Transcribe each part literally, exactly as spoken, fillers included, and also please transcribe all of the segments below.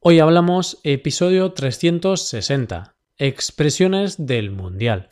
Hoy hablamos episodio trescientos sesenta, expresiones del Mundial.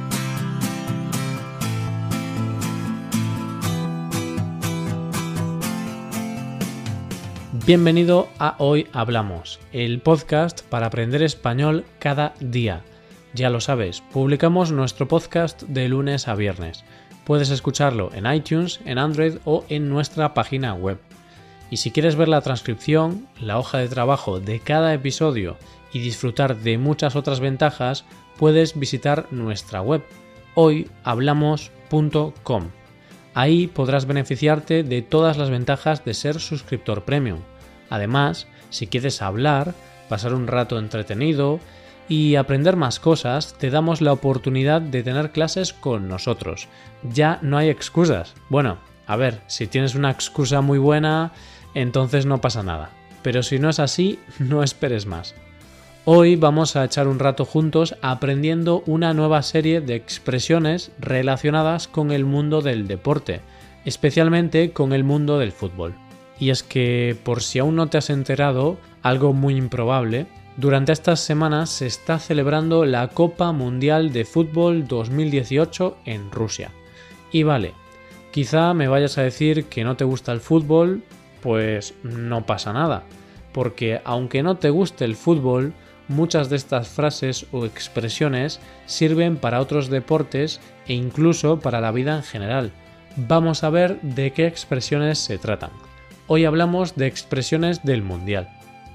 Bienvenido a Hoy Hablamos, el podcast para aprender español cada día. Ya lo sabes, publicamos nuestro podcast de lunes a viernes. Puedes escucharlo en iTunes, en Android o en nuestra página web. Y si quieres ver la transcripción, la hoja de trabajo de cada episodio y disfrutar de muchas otras ventajas, puedes visitar nuestra web hoy hablamos punto com. Ahí podrás beneficiarte de todas las ventajas de ser suscriptor premium. Además, si quieres hablar, pasar un rato entretenido y aprender más cosas, te damos la oportunidad de tener clases con nosotros. Ya no hay excusas. Bueno, a ver, si tienes una excusa muy buena, entonces no pasa nada. Pero si no es así, no esperes más. Hoy vamos a echar un rato juntos aprendiendo una nueva serie de expresiones relacionadas con el mundo del deporte, especialmente con el mundo del fútbol. Y es que, por si aún no te has enterado, algo muy improbable, durante estas semanas se está celebrando la Copa Mundial de Fútbol dos mil dieciocho en Rusia. Y vale, quizá me vayas a decir que no te gusta el fútbol, pues no pasa nada, porque aunque no te guste el fútbol, muchas de estas frases o expresiones sirven para otros deportes e incluso para la vida en general. Vamos a ver de qué expresiones se tratan. Hoy hablamos de expresiones del Mundial.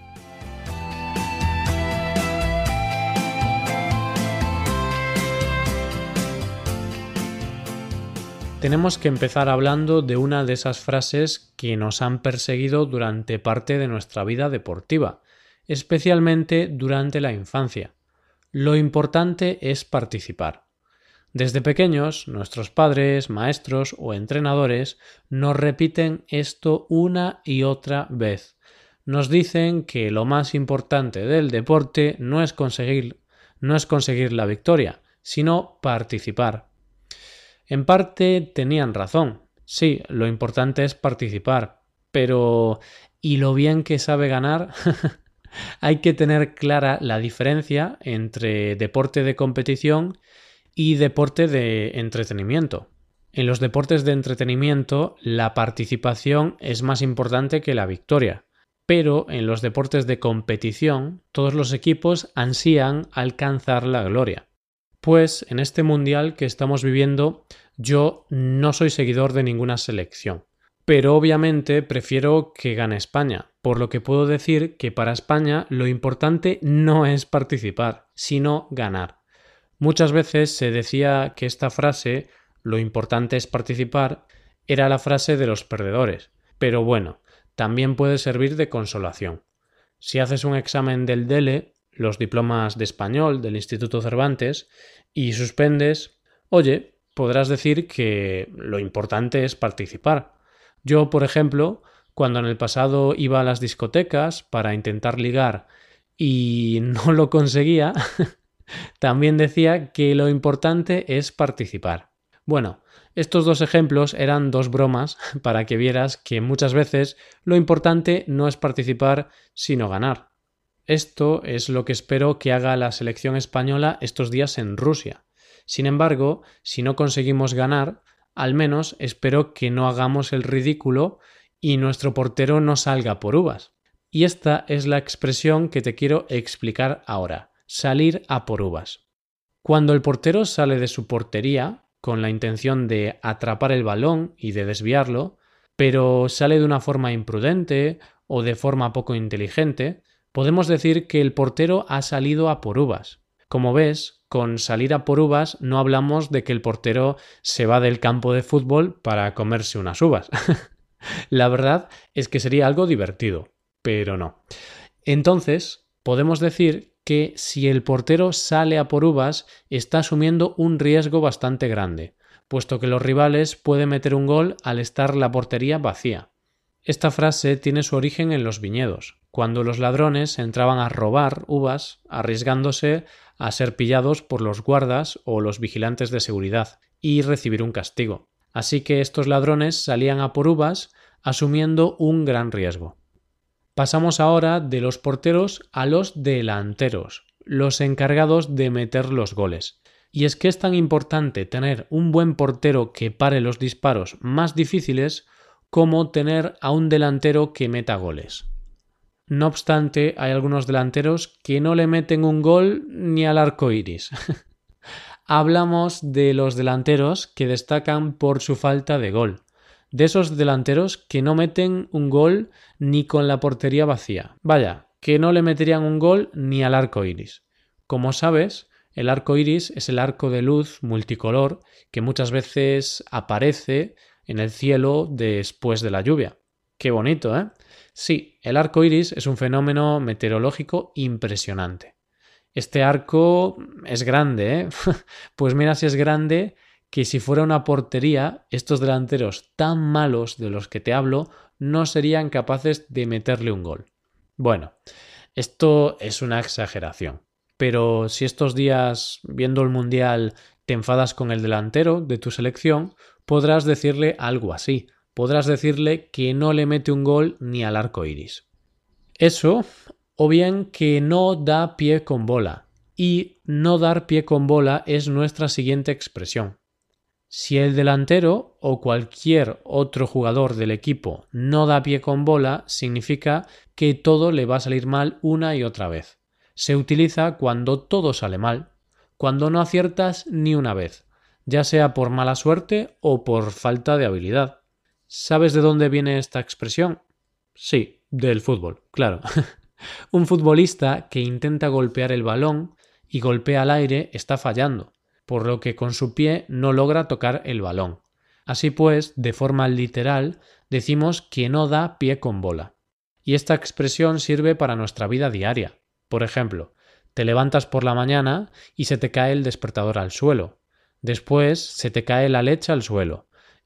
Tenemos que empezar hablando de una de esas frases que nos han perseguido durante parte de nuestra vida deportiva, especialmente durante la infancia. Lo importante es participar. Desde pequeños, nuestros padres, maestros o entrenadores nos repiten esto una y otra vez. Nos dicen que lo más importante del deporte no es conseguir, no es conseguir la victoria, sino participar. En parte tenían razón. Sí, lo importante es participar, pero ¿y lo bien que sabe ganar? Hay que tener clara la diferencia entre deporte de competición y deporte de entretenimiento. En los deportes de entretenimiento, la participación es más importante que la victoria, pero en los deportes de competición, todos los equipos ansían alcanzar la gloria. Pues en este mundial que estamos viviendo, yo no soy seguidor de ninguna selección, pero obviamente prefiero que gane España, por lo que puedo decir que para España lo importante no es participar, sino ganar. Muchas veces se decía que esta frase, lo importante es participar, era la frase de los perdedores, pero bueno, también puede servir de consolación. Si haces un examen del D E L E, los diplomas de español del Instituto Cervantes, y suspendes, oye, podrás decir que lo importante es participar. Yo, por ejemplo, cuando en el pasado iba a las discotecas para intentar ligar y no lo conseguía, también decía que lo importante es participar. Bueno, estos dos ejemplos eran dos bromas para que vieras que muchas veces lo importante no es participar, sino ganar. Esto es lo que espero que haga la selección española estos días en Rusia. Sin embargo, si no conseguimos ganar, al menos espero que no hagamos el ridículo y nuestro portero no salga por uvas. Y esta es la expresión que te quiero explicar ahora. Salir a por uvas. Cuando el portero sale de su portería con la intención de atrapar el balón y de desviarlo, pero sale de una forma imprudente o de forma poco inteligente, podemos decir que el portero ha salido a por uvas. Como ves, con salir a por uvas no hablamos de que el portero se va del campo de fútbol para comerse unas uvas. La verdad es que sería algo divertido, pero no. Entonces, podemos decir que si el portero sale a por uvas, está asumiendo un riesgo bastante grande, puesto que los rivales pueden meter un gol al estar la portería vacía. Esta frase tiene su origen en los viñedos, cuando los ladrones entraban a robar uvas, arriesgándose a ser pillados por los guardas o los vigilantes de seguridad y recibir un castigo. Así que estos ladrones salían a por uvas asumiendo un gran riesgo. Pasamos ahora de los porteros a los delanteros, los encargados de meter los goles. Y es que es tan importante tener un buen portero que pare los disparos más difíciles como tener a un delantero que meta goles. No obstante, hay algunos delanteros que no le meten un gol ni al arco iris. Hablamos de los delanteros que destacan por su falta de gol. De esos delanteros que no meten un gol ni con la portería vacía. Vaya, que no le meterían un gol ni al arco iris. Como sabes, el arco iris es el arco de luz multicolor que muchas veces aparece en el cielo después de la lluvia. Qué bonito, ¿eh? Sí, el arco iris es un fenómeno meteorológico impresionante. Este arco es grande, ¿eh? Pues mira si es grande que si fuera una portería, estos delanteros tan malos de los que te hablo no serían capaces de meterle un gol. Bueno, esto es una exageración. Pero si estos días, viendo el Mundial, te enfadas con el delantero de tu selección, podrás decirle algo así. Podrás decirle que no le mete un gol ni al arco iris. Eso, o bien que no da pie con bola. Y no dar pie con bola es nuestra siguiente expresión. Si el delantero o cualquier otro jugador del equipo no da pie con bola, significa que todo le va a salir mal una y otra vez. Se utiliza cuando todo sale mal, cuando no aciertas ni una vez, ya sea por mala suerte o por falta de habilidad. ¿Sabes de dónde viene esta expresión? Sí, del fútbol, claro. Un futbolista que intenta golpear el balón y golpea al aire está fallando, por lo que con su pie no logra tocar el balón. Así pues, de forma literal, decimos que no da pie con bola. Y esta expresión sirve para nuestra vida diaria. Por ejemplo, te levantas por la mañana y se te cae el despertador al suelo. Después se te cae la leche al suelo.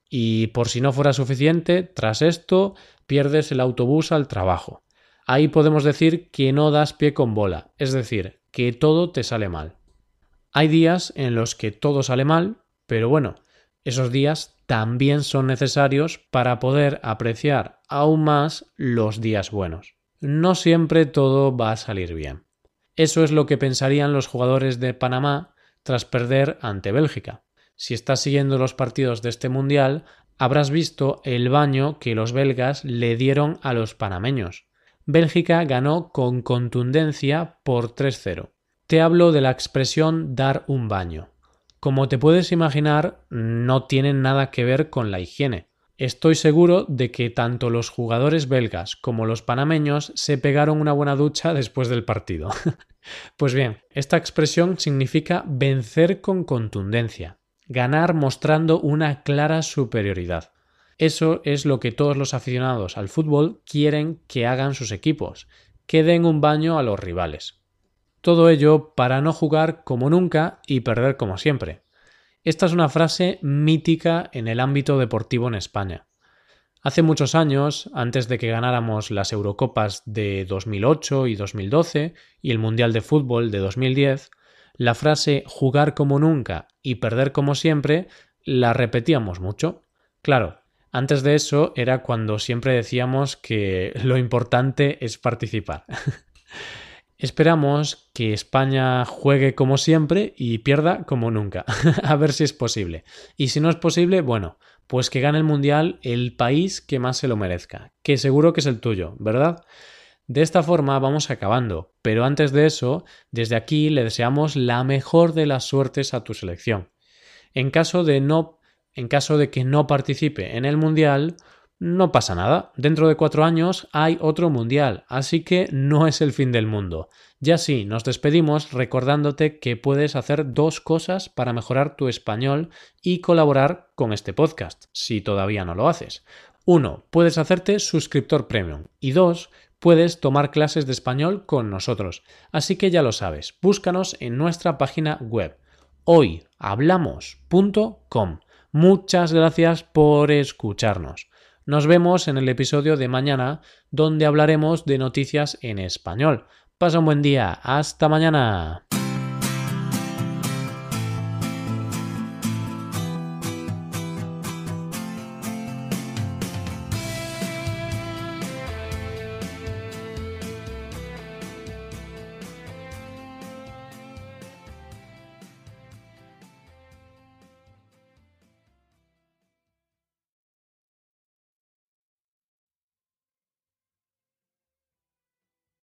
Y por si no fuera suficiente, tras esto pierdes el autobús al trabajo. Ahí podemos decir que no das pie con bola, es decir, que todo te sale mal. Hay días en los que todo sale mal, pero bueno, esos días también son necesarios para poder apreciar aún más los días buenos. No siempre todo va a salir bien. Eso es lo que pensarían los jugadores de Panamá tras perder ante Bélgica. Si estás siguiendo los partidos de este mundial, habrás visto el baño que los belgas le dieron a los panameños. Bélgica ganó con contundencia por tres cero. Te hablo de la expresión dar un baño. Como te puedes imaginar, no tienen nada que ver con la higiene. Estoy seguro de que tanto los jugadores belgas como los panameños se pegaron una buena ducha después del partido. Pues bien, esta expresión significa vencer con contundencia, ganar mostrando una clara superioridad. Eso es lo que todos los aficionados al fútbol quieren que hagan sus equipos, que den un baño a los rivales. Todo ello para no jugar como nunca y perder como siempre. Esta es una frase mítica en el ámbito deportivo en España. Hace muchos años, antes de que ganáramos las Eurocopas de dos mil ocho y dos mil doce y el Mundial de Fútbol de dos mil diez, la frase jugar como nunca y perder como siempre la repetíamos mucho. Claro, antes de eso era cuando siempre decíamos que lo importante es participar. Esperamos que España juegue como siempre y pierda como nunca. A ver si es posible. Y si no es posible, bueno, pues que gane el Mundial el país que más se lo merezca, que seguro que es el tuyo, ¿verdad? De esta forma vamos acabando, pero antes de eso, desde aquí le deseamos la mejor de las suertes a tu selección. En caso de no, en caso de que no participe en el Mundial, no pasa nada. Dentro de cuatro años hay otro mundial, así que no es el fin del mundo. Ya sí, nos despedimos recordándote que puedes hacer dos cosas para mejorar tu español y colaborar con este podcast, si todavía no lo haces. Uno, puedes hacerte suscriptor premium. Y dos, puedes tomar clases de español con nosotros. Así que ya lo sabes, búscanos en nuestra página web hoy hablamos punto com. Muchas gracias por escucharnos. Nos vemos en el episodio de mañana, donde hablaremos de noticias en español. Pasa un buen día. ¡Hasta mañana!